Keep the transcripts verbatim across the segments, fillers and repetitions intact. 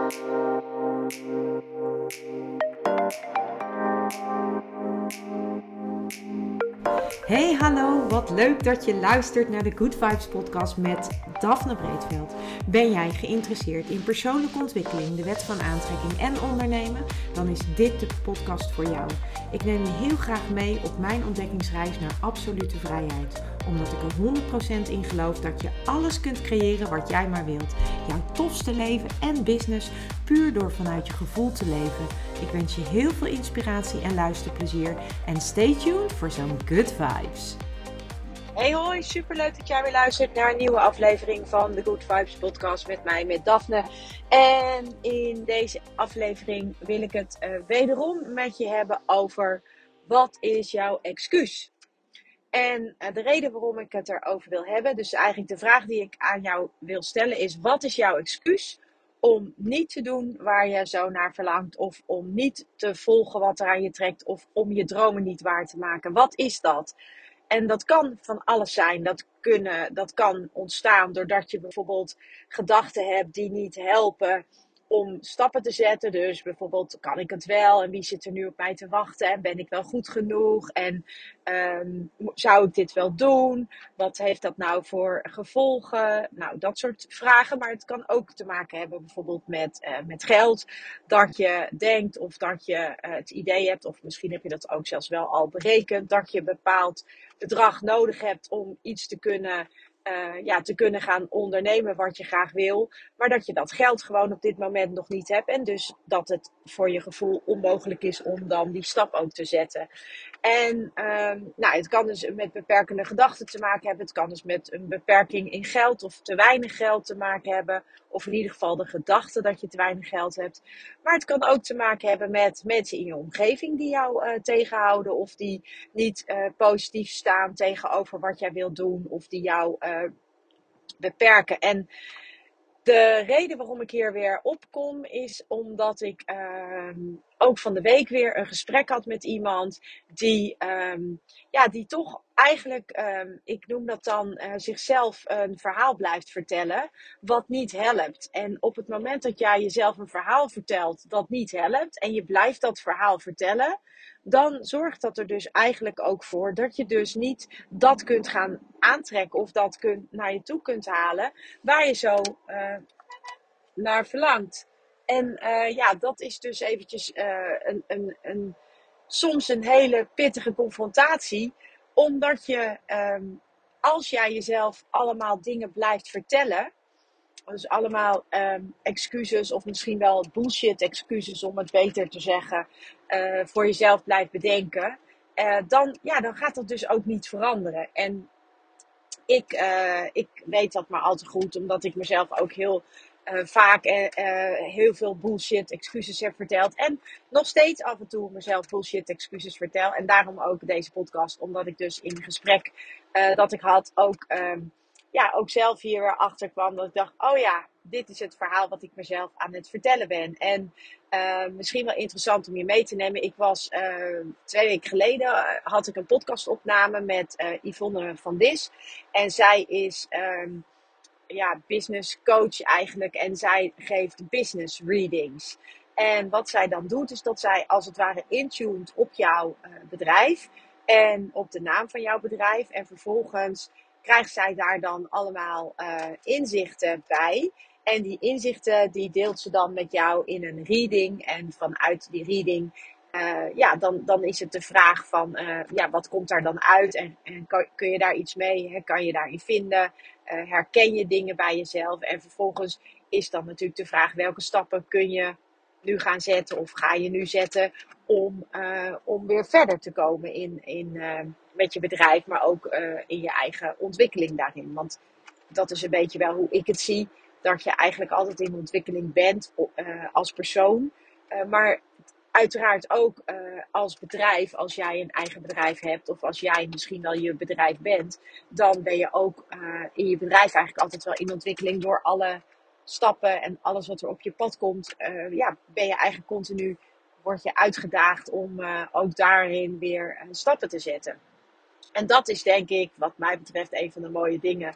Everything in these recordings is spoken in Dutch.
Hey, hallo, wat leuk dat je luistert naar de Good Vibes podcast met Daphne Breedveld. Ben jij geïnteresseerd in persoonlijke ontwikkeling, de wet van aantrekking en ondernemen? Dan is dit de podcast voor jou. Ik neem je heel graag mee op mijn ontdekkingsreis naar absolute vrijheid. Omdat ik er honderd procent in geloof dat je alles kunt creëren wat jij maar wilt. Jouw tofste leven en business puur door vanuit je gevoel te leven. Ik wens je heel veel inspiratie en luisterplezier. En stay tuned voor zo'n good vibes. Hey hoi, superleuk dat jij weer luistert naar een nieuwe aflevering van de Good Vibes podcast met mij, met Daphne. En in deze aflevering wil ik het uh, wederom met je hebben over wat is jouw excuus? En uh, de reden waarom ik het erover wil hebben, dus eigenlijk de vraag die ik aan jou wil stellen is: wat is jouw excuus om niet te doen waar je zo naar verlangt, of om niet te volgen wat er aan je trekt, of om je dromen niet waar te maken? Wat is dat? En dat kan van alles zijn. Dat, kunnen, dat kan ontstaan doordat je bijvoorbeeld gedachten hebt die niet helpen om stappen te zetten. Dus bijvoorbeeld, kan ik het wel? En wie zit er nu op mij te wachten? En ben ik wel goed genoeg? En um, zou ik dit wel doen? Wat heeft dat nou voor gevolgen? Nou, dat soort vragen. Maar het kan ook te maken hebben bijvoorbeeld met, uh, met geld. Dat je denkt of dat je uh, het idee hebt, of misschien heb je dat ook zelfs wel al berekend, dat je een bepaald bedrag nodig hebt om iets te kunnen Uh, ja, te kunnen gaan ondernemen wat je graag wil. Maar dat je dat geld gewoon op dit moment nog niet hebt. En dus dat het voor je gevoel onmogelijk is om dan die stap ook te zetten. En um, nou, het kan dus met beperkende gedachten te maken hebben. Het kan dus met een beperking in geld of te weinig geld te maken hebben. Of in ieder geval de gedachte dat je te weinig geld hebt. Maar het kan ook te maken hebben met mensen in je omgeving die jou uh, tegenhouden. Of die niet uh, positief staan tegenover wat jij wilt doen. Of die jou uh, beperken. En de reden waarom ik hier weer opkom is omdat ik uh, ook van de week weer een gesprek had met iemand die, um, ja, die toch eigenlijk, um, ik noem dat dan, uh, zichzelf een verhaal blijft vertellen wat niet helpt. En op het moment dat jij jezelf een verhaal vertelt dat niet helpt en je blijft dat verhaal vertellen, dan zorgt dat er dus eigenlijk ook voor dat je dus niet dat kunt gaan aantrekken of dat kunt, naar je toe kunt halen waar je zo uh, naar verlangt. En uh, ja, dat is dus eventjes uh, een, een, een, soms een hele pittige confrontatie. Omdat je, um, als jij jezelf allemaal dingen blijft vertellen, dus allemaal um, excuses of misschien wel bullshit excuses om het beter te zeggen, uh, voor jezelf blijft bedenken, uh, dan, ja, dan gaat dat dus ook niet veranderen. En ik, uh, ik weet dat maar al te goed, omdat ik mezelf ook heel uh, vaak uh, uh, heel veel bullshit excuses heb verteld. En nog steeds af en toe mezelf bullshit excuses vertel. En daarom ook deze podcast, omdat ik dus in een gesprek uh, dat ik had ook, um, ja, ook zelf hier weer achter kwam. Dat ik dacht, oh ja, dit is het verhaal wat ik mezelf aan het vertellen ben. En uh, misschien wel interessant om je mee te nemen. Ik was uh, twee weken geleden, uh, had ik een podcastopname met uh, Yvonne van Dis. En zij is um, ja, business coach eigenlijk. En zij geeft business readings. En wat zij dan doet, is dat zij als het ware intuned op jouw uh, bedrijf. En op de naam van jouw bedrijf. En vervolgens krijgt zij daar dan allemaal uh, inzichten bij. En die inzichten die deelt ze dan met jou in een reading. En vanuit die reading, uh, ja, dan, dan is het de vraag van, uh, ja, wat komt daar dan uit? En, en kan, kun je daar iets mee? Hè? Kan je daarin vinden? Uh, herken je dingen bij jezelf? En vervolgens is dan natuurlijk de vraag, welke stappen kun je nu gaan zetten? Of ga je nu zetten om, uh, om weer verder te komen in, in, uh, met je bedrijf, maar ook uh, in je eigen ontwikkeling daarin. Want dat is een beetje wel hoe ik het zie. Dat je eigenlijk altijd in ontwikkeling bent uh, als persoon. Uh, maar uiteraard ook uh, als bedrijf, als jij een eigen bedrijf hebt. Of als jij misschien wel je bedrijf bent. Dan ben je ook uh, in je bedrijf eigenlijk altijd wel in ontwikkeling. Door alle stappen en alles wat er op je pad komt. Uh, ja, ben je eigenlijk continu, word je uitgedaagd om uh, ook daarin weer uh, stappen te zetten. En dat is denk ik, wat mij betreft, een van de mooie dingen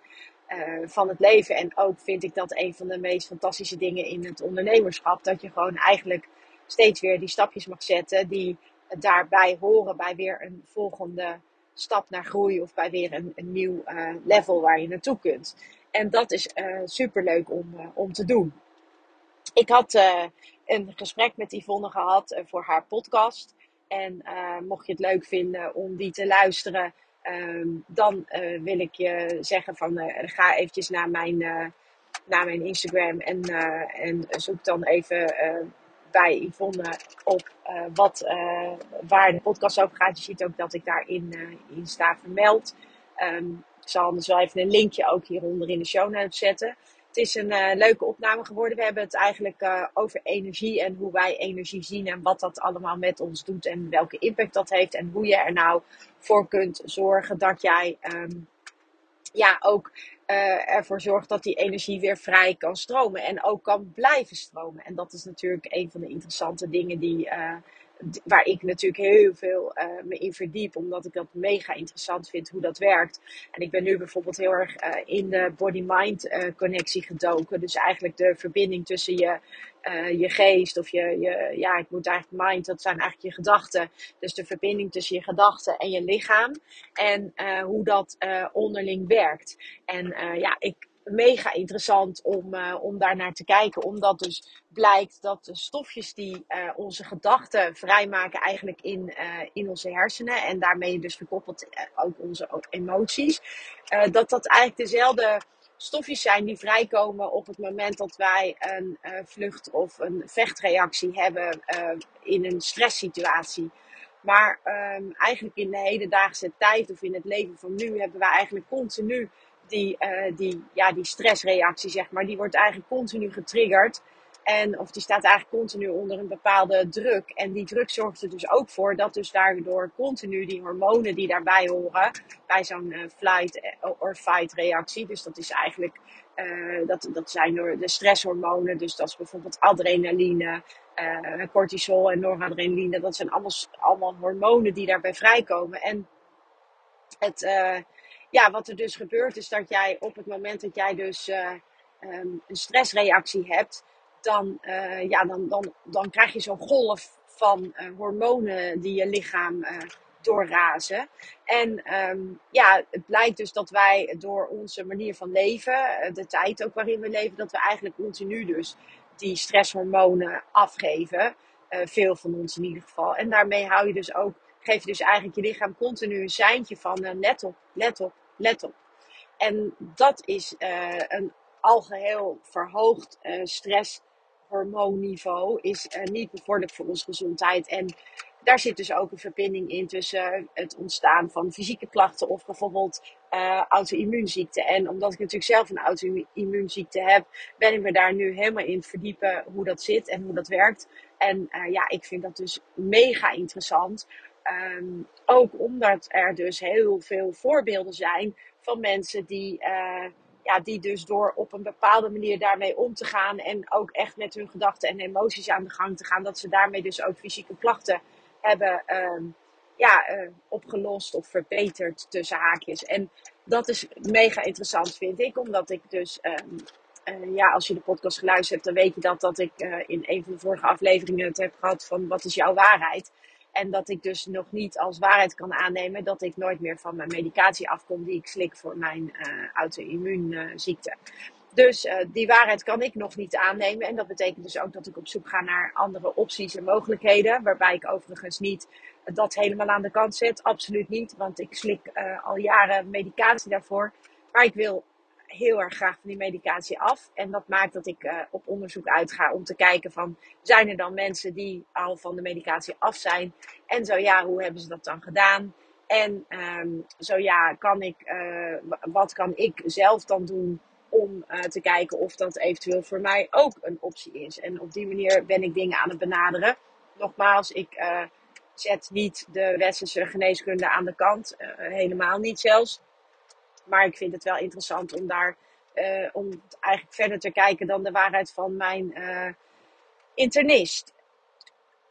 uh, van het leven. En ook vind ik dat een van de meest fantastische dingen in het ondernemerschap. Dat je gewoon eigenlijk steeds weer die stapjes mag zetten die daarbij horen bij weer een volgende stap naar groei. Of bij weer een, een nieuw uh, level waar je naartoe kunt. En dat is uh, superleuk om, uh, om te doen. Ik had uh, een gesprek met Yvonne gehad uh, voor haar podcast. En uh, mocht je het leuk vinden om die te luisteren, um, dan uh, wil ik je zeggen van uh, ga eventjes naar mijn, uh, naar mijn Instagram en, uh, en zoek dan even uh, bij Yvonne op uh, wat, uh, waar de podcast over gaat. Je ziet ook dat ik daarin uh, in sta vermeld. Um, ik zal anders wel even een linkje ook hieronder in de show notes zetten. Het is een uh, leuke opname geworden. We hebben het eigenlijk uh, over energie en hoe wij energie zien en wat dat allemaal met ons doet en welke impact dat heeft en hoe je er nou voor kunt zorgen dat jij um, ja, ook uh, ervoor zorgt dat die energie weer vrij kan stromen en ook kan blijven stromen. En dat is natuurlijk een van de interessante dingen die, uh, waar ik natuurlijk heel veel uh, me in verdiep, omdat ik dat mega interessant vind hoe dat werkt. En ik ben nu bijvoorbeeld heel erg uh, in de body-mind uh, connectie gedoken. Dus eigenlijk de verbinding tussen je, uh, je geest of je, je, ja, ik moet eigenlijk mind, dat zijn eigenlijk je gedachten. Dus de verbinding tussen je gedachten en je lichaam. En uh, hoe dat uh, onderling werkt. En uh, ja, ik mega interessant om, uh, om daar naar te kijken. Omdat dus blijkt dat de stofjes die uh, onze gedachten vrijmaken eigenlijk in, uh, in onze hersenen. En daarmee dus verkoppeld uh, ook onze emoties. Uh, dat dat eigenlijk dezelfde stofjes zijn die vrijkomen op het moment dat wij een uh, vlucht- of een vechtreactie hebben uh, in een stresssituatie. Maar um, eigenlijk in de hedendaagse tijd of in het leven van nu hebben we eigenlijk continu die, uh, die, ja, die stressreactie, zeg maar. Die wordt eigenlijk continu getriggerd. En, of die staat eigenlijk continu onder een bepaalde druk. En die druk zorgt er dus ook voor dat dus daardoor continu die hormonen die daarbij horen. Bij zo'n uh, flight or fight reactie. Dus dat is eigenlijk, uh, dat, dat zijn door de stresshormonen. Dus dat is bijvoorbeeld adrenaline. Uh, cortisol en noradrenaline, dat zijn allemaal, allemaal hormonen die daarbij vrijkomen. En het, uh, ja, wat er dus gebeurt is dat jij op het moment dat jij dus uh, um, een stressreactie hebt, dan, uh, ja, dan, dan, dan krijg je zo'n golf van uh, hormonen die je lichaam uh, doorrazen. En um, ja, het blijkt dus dat wij door onze manier van leven, de tijd ook waarin we leven, dat we eigenlijk continu dus die stresshormonen afgeven. Uh, veel van ons in ieder geval. En daarmee hou je dus ook, geef je dus eigenlijk je lichaam continu een seintje van uh, let op, let op, let op. En dat is uh, een algeheel verhoogd uh, stresshormoonniveau. Is uh, niet bevorderlijk voor onze gezondheid. En daar zit dus ook een verbinding in tussen het ontstaan van fysieke klachten of bijvoorbeeld uh, auto-immuunziekten. En omdat ik natuurlijk zelf een auto-immuunziekte heb, ben ik me daar nu helemaal in verdiepen hoe dat zit en hoe dat werkt. En uh, ja, ik vind dat dus mega interessant. Um, ook omdat er dus heel veel voorbeelden zijn van mensen die, uh, ja, die dus door op een bepaalde manier daarmee om te gaan en ook echt met hun gedachten en emoties aan de gang te gaan, dat ze daarmee dus ook fysieke klachten hebben um, ja, uh, opgelost of verbeterd tussen haakjes. En dat is mega interessant, vind ik, omdat ik dus, um, uh, ja, als je de podcast geluisterd hebt, dan weet je dat, dat ik uh, in een van de vorige afleveringen het heb gehad van wat is jouw waarheid. En dat ik dus nog niet als waarheid kan aannemen dat ik nooit meer van mijn medicatie afkom die ik slik voor mijn uh, auto-immuunziekte. Dus uh, die waarheid kan ik nog niet aannemen. En dat betekent dus ook dat ik op zoek ga naar andere opties en mogelijkheden. Waarbij ik overigens niet dat helemaal aan de kant zet. Absoluut niet. Want ik slik uh, al jaren medicatie daarvoor. Maar ik wil heel erg graag van die medicatie af. En dat maakt dat ik uh, op onderzoek uitga om te kijken van, zijn er dan mensen die al van de medicatie af zijn? En zo ja, hoe hebben ze dat dan gedaan? En um, zo ja, kan ik, uh, wat kan ik zelf dan doen om uh, te kijken of dat eventueel voor mij ook een optie is. En op die manier ben ik dingen aan het benaderen. Nogmaals, ik uh, zet niet de westerse geneeskunde aan de kant. Uh, helemaal niet zelfs. Maar ik vind het wel interessant om daar uh, om eigenlijk verder te kijken dan de waarheid van mijn uh, internist.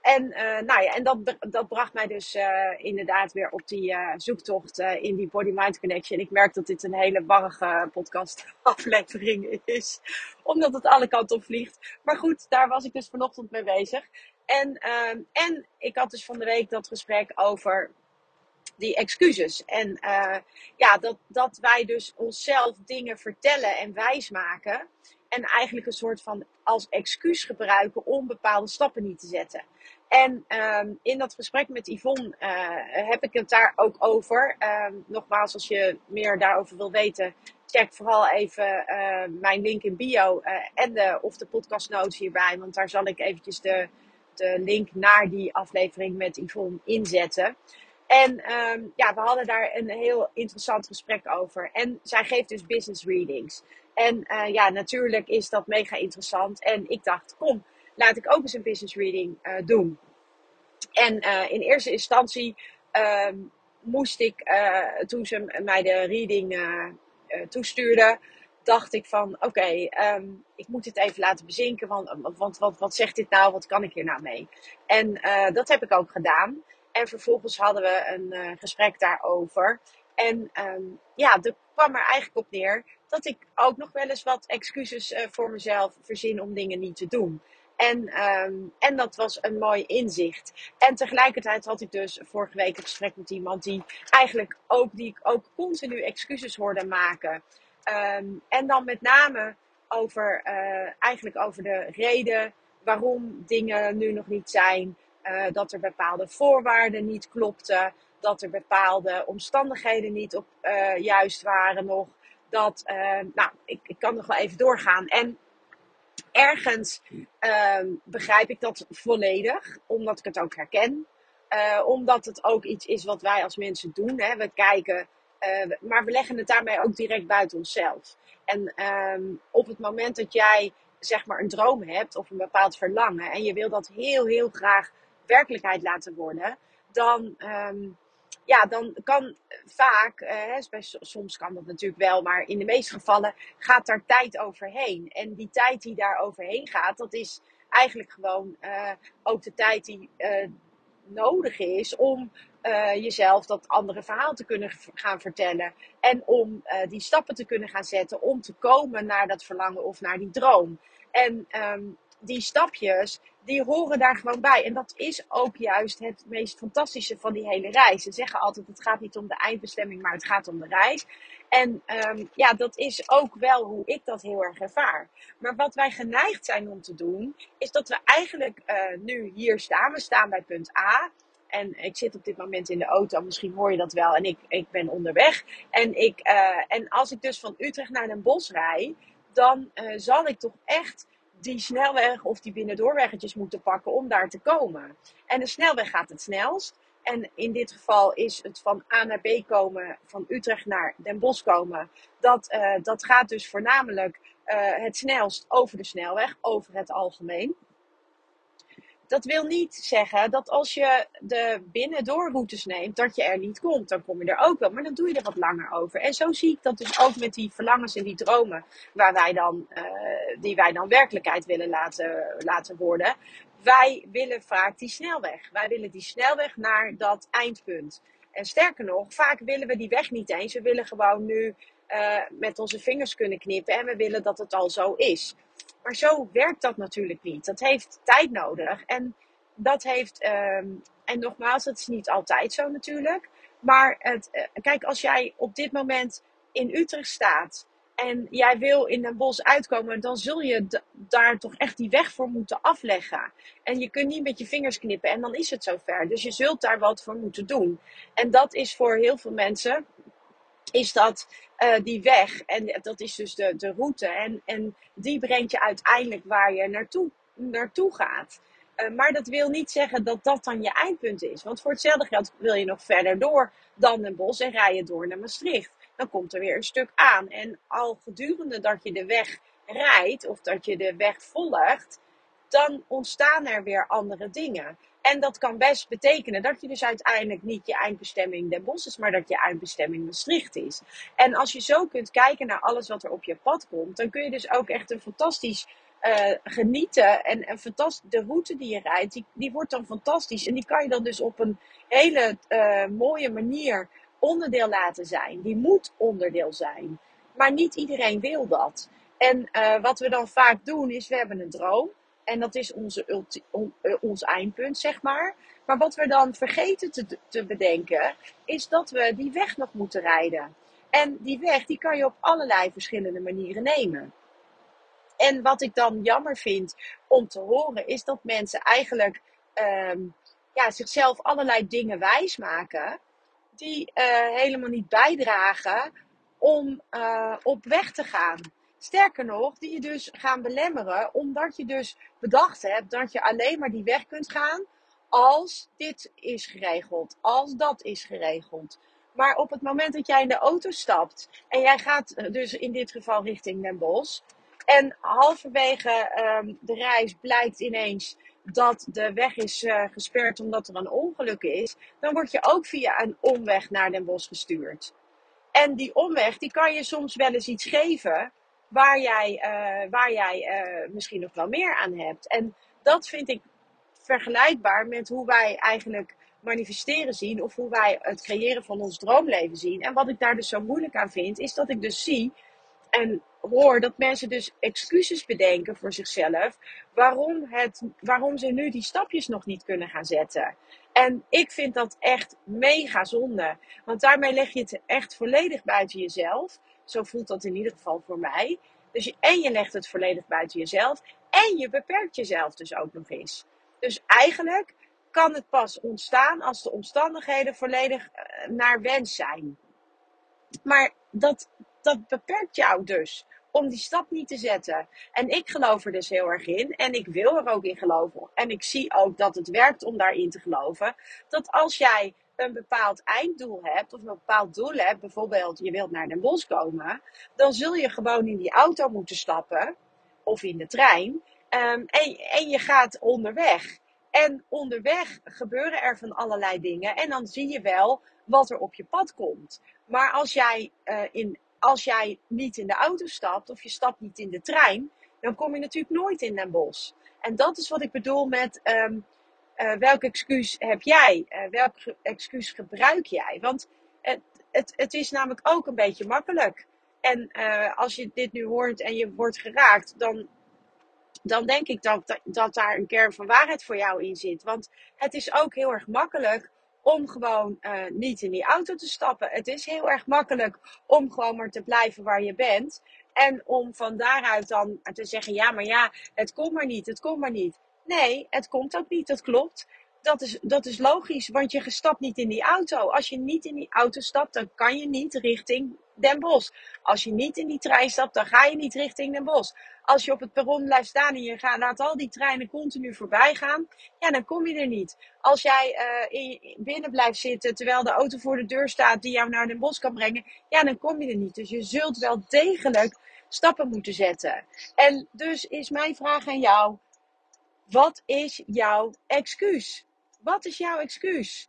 En, uh, nou ja, en dat, dat bracht mij dus uh, inderdaad weer op die uh, zoektocht uh, in die body-mind connection. Ik merk dat dit een hele warrige podcast aflevering is. Omdat het alle kanten op vliegt. Maar goed, daar was ik dus vanochtend mee bezig. En, uh, en ik had dus van de week dat gesprek over die excuses. En uh, ja, dat, dat wij dus onszelf dingen vertellen en wijsmaken. En eigenlijk een soort van als excuus gebruiken om bepaalde stappen niet te zetten. En um, in dat gesprek met Yvonne uh, heb ik het daar ook over. Um, nogmaals, als je meer daarover wil weten, check vooral even uh, mijn link in bio uh, en de, of de podcast notes hierbij. Want daar zal ik eventjes de, de link naar die aflevering met Yvonne inzetten. En um, ja, we hadden daar een heel interessant gesprek over. En zij geeft dus business readings. En uh, ja, natuurlijk is dat mega interessant. En ik dacht, kom, laat ik ook eens een business reading uh, doen. En uh, in eerste instantie uh, moest ik, uh, toen ze mij de reading uh, uh, toestuurde, dacht ik van, oké, okay, um, ik moet dit even laten bezinken. Want, want wat, wat zegt dit nou? Wat kan ik hier nou mee? En uh, dat heb ik ook gedaan. En vervolgens hadden we een uh, gesprek daarover. En um, ja, er kwam er eigenlijk op neer dat ik ook nog wel eens wat excuses uh, voor mezelf verzin om dingen niet te doen. En, um, en dat was een mooi inzicht. En tegelijkertijd had ik dus vorige week een gesprek met iemand die eigenlijk ook, die ik ook continu excuses hoorde maken. Um, en dan met name over, uh, eigenlijk over de reden waarom dingen nu nog niet zijn. Uh, dat er bepaalde voorwaarden niet klopten. Dat er bepaalde omstandigheden niet op, uh, juist waren nog. Dat, uh, nou, ik, ik kan nog wel even doorgaan. En ergens uh, begrijp ik dat volledig. Omdat ik het ook herken. Uh, omdat het ook iets is wat wij als mensen doen. Hè. We kijken, uh, maar we leggen het daarmee ook direct buiten onszelf. En uh, op het moment dat jij zeg maar een droom hebt of een bepaald verlangen. En je wil dat heel heel graag werkelijkheid laten worden, dan, um, ja, dan kan vaak, uh, soms kan dat natuurlijk wel, maar in de meeste gevallen gaat daar tijd overheen. En die tijd die daar overheen gaat, dat is eigenlijk gewoon uh, ook de tijd die uh, nodig is om uh, jezelf dat andere verhaal te kunnen gaan vertellen. En om uh, die stappen te kunnen gaan zetten om te komen naar dat verlangen of naar die droom. En um, die stapjes, die horen daar gewoon bij. En dat is ook juist het meest fantastische van die hele reis. Ze zeggen altijd, het gaat niet om de eindbestemming, maar het gaat om de reis. En um, ja, dat is ook wel hoe ik dat heel erg ervaar. Maar wat wij geneigd zijn om te doen, is dat we eigenlijk uh, nu hier staan. We staan bij punt A. En ik zit op dit moment in de auto, misschien hoor je dat wel. En ik, ik ben onderweg. En, ik, uh, en als ik dus van Utrecht naar Den Bosch rijd, dan uh, zal ik toch echt die snelweg of die binnendoorweggetjes moeten pakken om daar te komen. En de snelweg gaat het snelst. En in dit geval is het van A naar B komen, van Utrecht naar Den Bosch komen. Dat, uh, dat gaat dus voornamelijk uh, het snelst over de snelweg, over het algemeen. Dat wil niet zeggen dat als je de binnendoorroutes neemt, dat je er niet komt. Dan kom je er ook wel, maar dan doe je er wat langer over. En zo zie ik dat dus ook met die verlangens en die dromen, waar wij dan, uh, die wij dan werkelijkheid willen laten, laten worden. Wij willen vaak die snelweg. Wij willen die snelweg naar dat eindpunt. En sterker nog, vaak willen we die weg niet eens. We willen gewoon nu uh, met onze vingers kunnen knippen en we willen dat het al zo is. Maar zo werkt dat natuurlijk niet. Dat heeft tijd nodig. En dat heeft, um, en nogmaals, dat is niet altijd zo natuurlijk. Maar het, uh, kijk, als jij op dit moment in Utrecht staat en jij wil in Den Bosch uitkomen, dan zul je d- daar toch echt die weg voor moeten afleggen. En je kunt niet met je vingers knippen en dan is het zover. Dus je zult daar wat voor moeten doen. En dat is voor heel veel mensen, is dat uh, die weg. En dat is dus de, de route. En, en die brengt je uiteindelijk waar je naartoe, naartoe gaat. Uh, maar dat wil niet zeggen dat dat dan je eindpunt is. Want voor hetzelfde geld wil je nog verder door dan Den Bosch en rij je door naar Maastricht. Dan komt er weer een stuk aan. En al gedurende dat je de weg rijdt of dat je de weg volgt, dan ontstaan er weer andere dingen. En dat kan best betekenen dat je dus uiteindelijk niet je eindbestemming Den Bosch is, maar dat je eindbestemming Maastricht is. En als je zo kunt kijken naar alles wat er op je pad komt, dan kun je dus ook echt een fantastisch uh, genieten. En, en fantastisch, de route die je rijdt, die, die wordt dan fantastisch. En die kan je dan dus op een hele uh, mooie manier onderdeel laten zijn. Die moet onderdeel zijn. Maar niet iedereen wil dat. En uh, wat we dan vaak doen is, we hebben een droom. En dat is onze ulti- on, uh, ons eindpunt, zeg maar. Maar wat we dan vergeten te, te bedenken, is dat we die weg nog moeten rijden. En die weg, die kan je op allerlei verschillende manieren nemen. En wat ik dan jammer vind om te horen, is dat mensen eigenlijk um, ja, zichzelf allerlei dingen wijsmaken die uh, helemaal niet bijdragen om uh, op weg te gaan. Sterker nog, die je dus gaan belemmeren, omdat je dus bedacht hebt dat je alleen maar die weg kunt gaan als dit is geregeld, als dat is geregeld. Maar op het moment dat jij in de auto stapt en jij gaat dus in dit geval richting Den Bosch en halverwege um, de reis blijkt ineens dat de weg is uh, gesperd omdat er een ongeluk is, dan word je ook via een omweg naar Den Bosch gestuurd. En die omweg, die kan je soms wel eens iets geven waar jij, uh, waar jij uh, misschien nog wel meer aan hebt. En dat vind ik vergelijkbaar met hoe wij eigenlijk manifesteren zien of hoe wij het creëren van ons droomleven zien. En wat ik daar dus zo moeilijk aan vind, is dat ik dus zie en hoor dat mensen dus excuses bedenken voor zichzelf waarom, het, waarom ze nu die stapjes nog niet kunnen gaan zetten. En ik vind dat echt mega zonde. Want daarmee leg je het echt volledig buiten jezelf. Zo voelt dat in ieder geval voor mij. Dus je, en je legt het volledig buiten jezelf. En je beperkt jezelf dus ook nog eens. Dus eigenlijk kan het pas ontstaan als de omstandigheden volledig naar wens zijn. Maar dat, dat beperkt jou dus om die stap niet te zetten. En ik geloof er dus heel erg in. En ik wil er ook in geloven. En ik zie ook dat het werkt om daarin te geloven. Dat als jij een bepaald einddoel hebt. Of een bepaald doel hebt. Bijvoorbeeld je wilt naar Den Bosch komen. Dan zul je gewoon in die auto moeten stappen. Of in de trein. Um, en, en je gaat onderweg. En onderweg gebeuren er van allerlei dingen. En dan zie je wel wat er op je pad komt. Maar als jij, uh, in, als jij niet in de auto stapt of je stapt niet in de trein, dan kom je natuurlijk nooit in Den Bosch. En dat is wat ik bedoel met um, uh, welk excuus heb jij? Uh, welk ge- excuus gebruik jij? Want het, het, het is namelijk ook een beetje makkelijk. En uh, als je dit nu hoort en je wordt geraakt, dan, dan denk ik dat, dat daar een kern van waarheid voor jou in zit. Want het is ook heel erg makkelijk om gewoon uh, niet in die auto te stappen. Het is heel erg makkelijk om gewoon maar te blijven waar je bent. En om van daaruit dan te zeggen, ja, maar ja, het komt maar niet, het komt maar niet. Nee, het komt ook niet, dat klopt. Dat is, dat is logisch, want je stapt niet in die auto. Als je niet in die auto stapt, dan kan je niet richting Den Bosch. Als je niet in die trein stapt, dan ga je niet richting Den Bosch. Als je op het perron blijft staan en je gaat, laat al die treinen continu voorbij gaan, ja, dan kom je er niet. Als jij uh, in, binnen blijft zitten terwijl de auto voor de deur staat die jou naar Den Bosch kan brengen, ja, dan kom je er niet. Dus je zult wel degelijk stappen moeten zetten. En dus is mijn vraag aan jou, wat is jouw excuus? Wat is jouw excuus?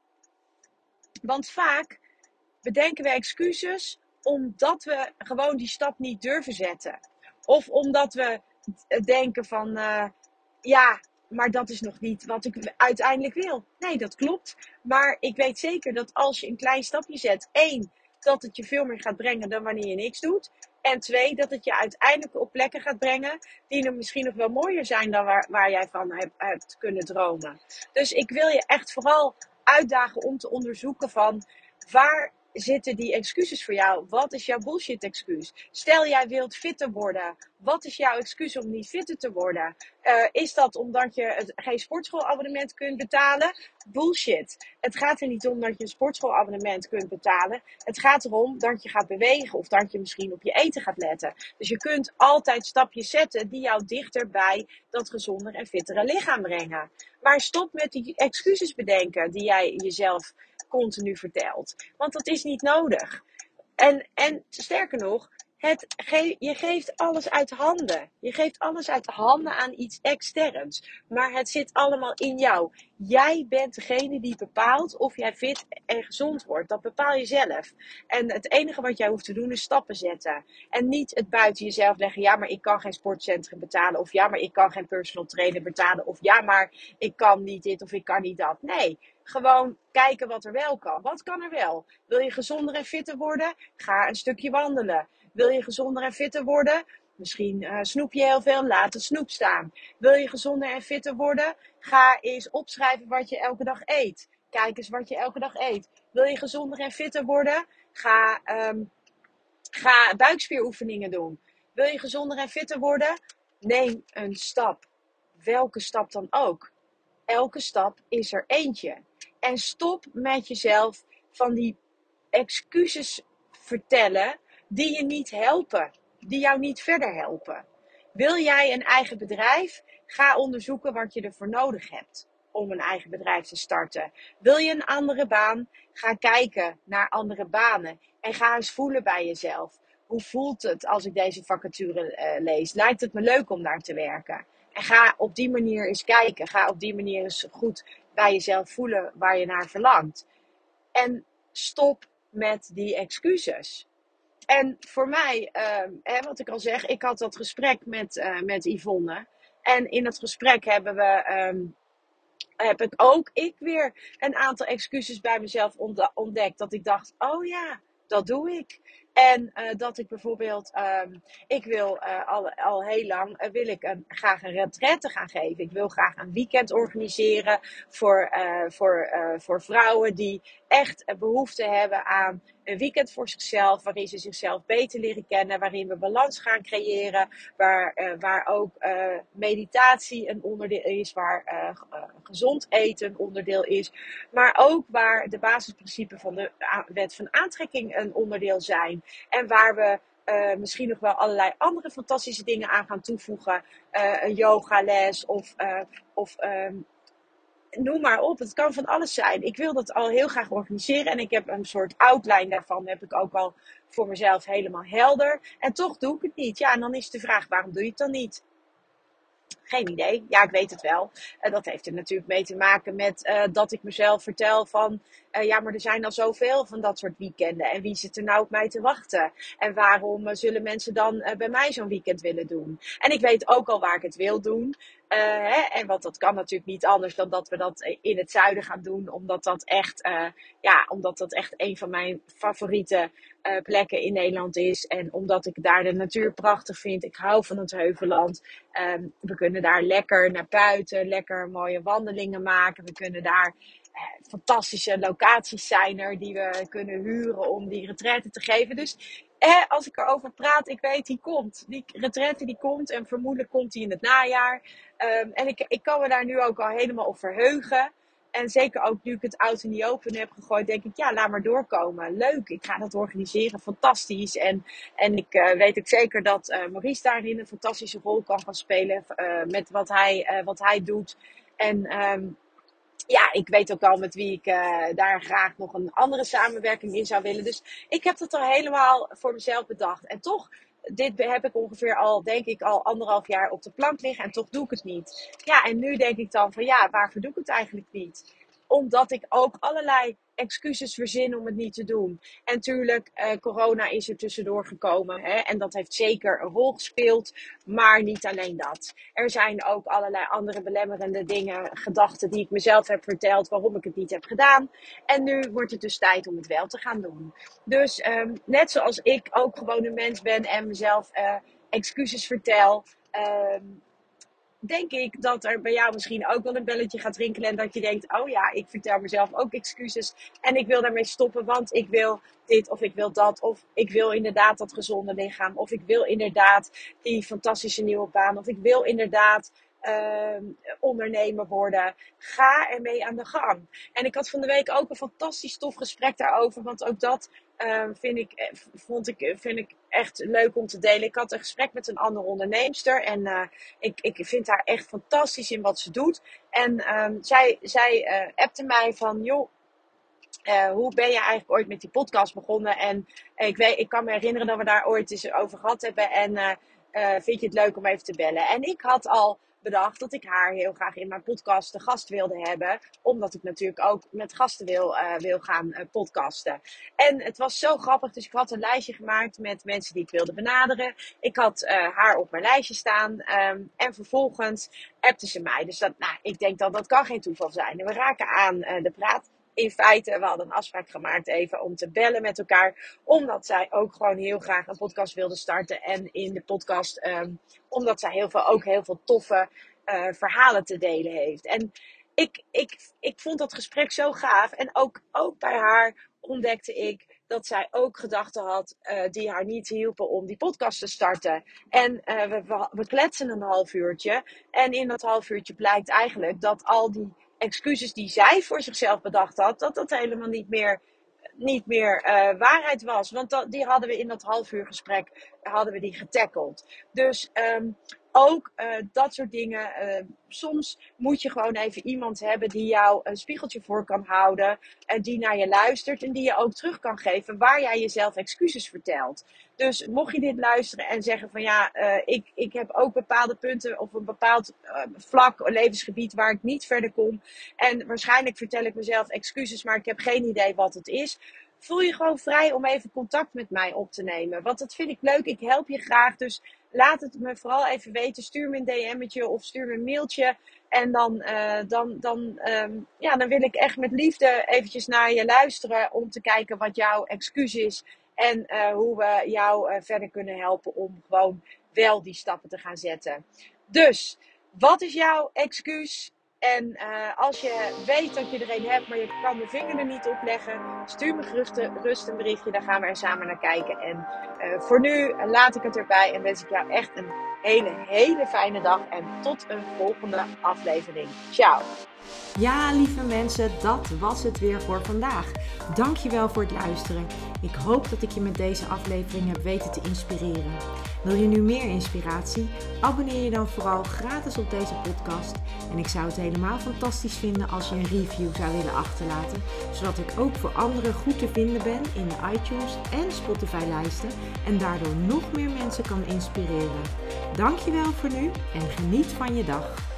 Want vaak bedenken we excuses omdat we gewoon die stap niet durven zetten. Of omdat we denken van, uh, ja, maar dat is nog niet wat ik uiteindelijk wil. Nee, dat klopt. Maar ik weet zeker dat als je een klein stapje zet, één, dat het je veel meer gaat brengen dan wanneer je niks doet. En twee, dat het je uiteindelijk op plekken gaat brengen die er misschien nog wel mooier zijn dan waar, waar jij van hebt, hebt kunnen dromen. Dus ik wil je echt vooral uitdagen om te onderzoeken van waar zitten die excuses voor jou? Wat is jouw bullshit excuus? Stel jij wilt fitter worden. Wat is jouw excuus om niet fitter te worden? Uh, is dat omdat je het, geen sportschoolabonnement kunt betalen? Bullshit. Het gaat er niet om dat je een sportschoolabonnement kunt betalen. Het gaat erom dat je gaat bewegen of dat je misschien op je eten gaat letten. Dus je kunt altijd stapjes zetten die jou dichter bij dat gezonder en fittere lichaam brengen. Maar stop met die excuses bedenken die jij jezelf continu vertelt. Want dat is niet nodig. En, en sterker nog, Het ge- je geeft alles uit handen. Je geeft alles uit handen aan iets externs. Maar het zit allemaal in jou. Jij bent degene die bepaalt of jij fit en gezond wordt. Dat bepaal je zelf. En het enige wat jij hoeft te doen is stappen zetten. En niet het buiten jezelf leggen. Ja, maar ik kan geen sportcentrum betalen. Of ja, maar ik kan geen personal trainer betalen. Of ja, maar ik kan niet dit of ik kan niet dat. Nee, gewoon kijken wat er wel kan. Wat kan er wel? Wil je gezonder en fitter worden? Ga een stukje wandelen. Wil je gezonder en fitter worden? Misschien uh, snoep je heel veel, laat de snoep staan. Wil je gezonder en fitter worden? Ga eens opschrijven wat je elke dag eet. Kijk eens wat je elke dag eet. Wil je gezonder en fitter worden? Ga, um, ga buikspieroefeningen doen. Wil je gezonder en fitter worden? Neem een stap. Welke stap dan ook. Elke stap is er eentje. En stop met jezelf van die excuses vertellen die je niet helpen. Die jou niet verder helpen. Wil jij een eigen bedrijf? Ga onderzoeken wat je ervoor nodig hebt om een eigen bedrijf te starten. Wil je een andere baan? Ga kijken naar andere banen. En ga eens voelen bij jezelf. Hoe voelt het als ik deze vacature uh, lees? Lijkt het me leuk om daar te werken? En ga op die manier eens kijken. Ga op die manier eens goed bij jezelf voelen waar je naar verlangt. En stop met die excuses. En voor mij, uh, hè, wat ik al zeg, ik had dat gesprek met, uh, met Yvonne. En in dat gesprek hebben we, um, heb ik ook ik weer een aantal excuses bij mezelf ontdekt. Dat ik dacht, oh ja, dat doe ik. En uh, dat ik bijvoorbeeld, um, ik wil uh, al, al heel lang, uh, wil ik um, graag een retraite gaan geven. Ik wil graag een weekend organiseren voor, uh, voor, uh, voor vrouwen die echt uh, behoefte hebben aan een weekend voor zichzelf. Waarin ze zichzelf beter leren kennen. Waarin we balans gaan creëren. Waar, uh, waar ook uh, meditatie een onderdeel is. Waar uh, uh, gezond eten een onderdeel is. Maar ook waar de basisprincipes van de wet van aantrekking een onderdeel zijn. En waar we uh, misschien nog wel allerlei andere fantastische dingen aan gaan toevoegen. Uh, een yogales of, uh, of um, noem maar op. Het kan van alles zijn. Ik wil dat al heel graag organiseren. En ik heb een soort outline daarvan. Heb ik ook al voor mezelf helemaal helder. En toch doe ik het niet. Ja, en dan is de vraag, waarom doe je het dan niet? Geen idee. Ja, ik weet het wel. Uh, dat heeft er natuurlijk mee te maken met uh, dat ik mezelf vertel van... Uh, ja, maar er zijn al zoveel van dat soort weekenden. En wie zit er nou op mij te wachten? En waarom uh, zullen mensen dan uh, bij mij zo'n weekend willen doen? En ik weet ook al waar ik het wil doen. Uh, hè? En want dat kan natuurlijk niet anders dan dat we dat in het zuiden gaan doen. Omdat dat echt, uh, ja, omdat dat echt een van mijn favoriete uh, plekken in Nederland is. En omdat ik daar de natuur prachtig vind. Ik hou van het Heuvelland. Um, we kunnen daar lekker naar buiten. Lekker mooie wandelingen maken. We kunnen daar... Uh, fantastische locaties zijn er die we kunnen huren om die retraite te geven. Dus eh, als ik erover praat, ik weet die komt. Die retraite die komt en vermoedelijk komt die in het najaar. Um, en ik, ik kan me daar nu ook al helemaal op verheugen. En zeker ook nu ik het oud in die open heb gegooid, denk ik, ja, laat maar doorkomen. Leuk, ik ga dat organiseren, fantastisch. En, en ik uh, weet ook zeker dat uh, Maurice daarin een fantastische rol kan gaan spelen uh, met wat hij, uh, wat hij doet. En... Um, Ja, ik weet ook al met wie ik uh, daar graag nog een andere samenwerking in zou willen. Dus ik heb dat al helemaal voor mezelf bedacht. En toch, dit heb ik ongeveer al, denk ik, al anderhalf jaar op de plank liggen. En toch doe ik het niet. Ja, en nu denk ik dan van ja, waarvoor doe ik het eigenlijk niet? Omdat ik ook allerlei excuses verzin om het niet te doen. En tuurlijk, uh, corona is er tussendoor gekomen. Hè, en dat heeft zeker een rol gespeeld. Maar niet alleen dat. Er zijn ook allerlei andere belemmerende dingen, gedachten die ik mezelf heb verteld waarom ik het niet heb gedaan. En nu wordt het dus tijd om het wel te gaan doen. Dus um, net zoals ik ook gewoon een mens ben en mezelf uh, excuses vertel... Um, denk ik dat er bij jou misschien ook wel een belletje gaat rinkelen. En dat je denkt, oh ja, ik vertel mezelf ook excuses. En ik wil daarmee stoppen, want ik wil dit of ik wil dat. Of ik wil inderdaad dat gezonde lichaam. Of ik wil inderdaad die fantastische nieuwe baan. Of ik wil inderdaad uh, ondernemer worden. Ga ermee aan de gang. En ik had van de week ook een fantastisch tof gesprek daarover. Want ook dat uh, vind ik, vond ik, vind ik echt leuk om te delen. Ik had een gesprek met een andere onderneemster. En uh, ik, ik vind haar echt fantastisch in wat ze doet. En um, zij, zij uh, appte mij van, joh, Uh, hoe ben je eigenlijk ooit met die podcast begonnen? En uh, ik, weet, ik kan me herinneren dat we daar ooit eens over gehad hebben. En uh, uh, vind je het leuk om even te bellen? En ik had al bedacht dat ik haar heel graag in mijn podcast de gast wilde hebben. Omdat ik natuurlijk ook met gasten wil, uh, wil gaan uh, podcasten. En het was zo grappig. Dus ik had een lijstje gemaakt met mensen die ik wilde benaderen. Ik had uh, haar op mijn lijstje staan. Um, en vervolgens appte ze mij. Dus dat, nou, ik denk dat dat kan geen toeval zijn. En we raken aan uh, de praat. In feite, we hadden een afspraak gemaakt even om te bellen met elkaar. Omdat zij ook gewoon heel graag een podcast wilde starten. En in de podcast, um, omdat zij heel veel, ook heel veel toffe uh, verhalen te delen heeft. En ik, ik, ik vond dat gesprek zo gaaf. En ook, ook bij haar ontdekte ik dat zij ook gedachten had uh, die haar niet hielpen om die podcast te starten. En uh, we, we, we kletsen een half uurtje. En in dat half uurtje blijkt eigenlijk dat al die excuses die zij voor zichzelf bedacht had, dat dat helemaal niet meer, niet meer uh, waarheid was. Want dat, die hadden we in dat half uur gesprek, hadden we die getackled. Dus um, ook uh, dat soort dingen. Uh, soms moet je gewoon even iemand hebben die jou een spiegeltje voor kan houden. En die naar je luistert en die je ook terug kan geven waar jij jezelf excuses vertelt. Dus mocht je dit luisteren en zeggen van ja, uh, ik, ik heb ook bepaalde punten of een bepaald uh, vlak, een levensgebied waar ik niet verder kom. En waarschijnlijk vertel ik mezelf excuses, maar ik heb geen idee wat het is. Voel je gewoon vrij om even contact met mij op te nemen. Want dat vind ik leuk, ik help je graag. Dus laat het me vooral even weten. Stuur me een D M'tje of stuur me een mailtje. En dan, uh, dan, dan, um, ja, dan wil ik echt met liefde eventjes naar je luisteren om te kijken wat jouw excuus is. En uh, hoe we jou uh, verder kunnen helpen om gewoon wel die stappen te gaan zetten. Dus, wat is jouw excuus? En uh, als je weet dat je er een hebt, maar je kan de vinger er niet op leggen, stuur me gerust, gerust een berichtje. Dan gaan we er samen naar kijken. En uh, voor nu laat ik het erbij en wens ik jou echt een hele, hele fijne dag. En tot een volgende aflevering. Ciao! Ja, lieve mensen, dat was het weer voor vandaag. Dankjewel voor het luisteren. Ik hoop dat ik je met deze aflevering heb weten te inspireren. Wil je nu meer inspiratie? Abonneer je dan vooral gratis op deze podcast. En ik zou het helemaal fantastisch vinden als je een review zou willen achterlaten. Zodat ik ook voor anderen goed te vinden ben in de iTunes en Spotify lijsten. En daardoor nog meer mensen kan inspireren. Dankjewel voor nu en geniet van je dag.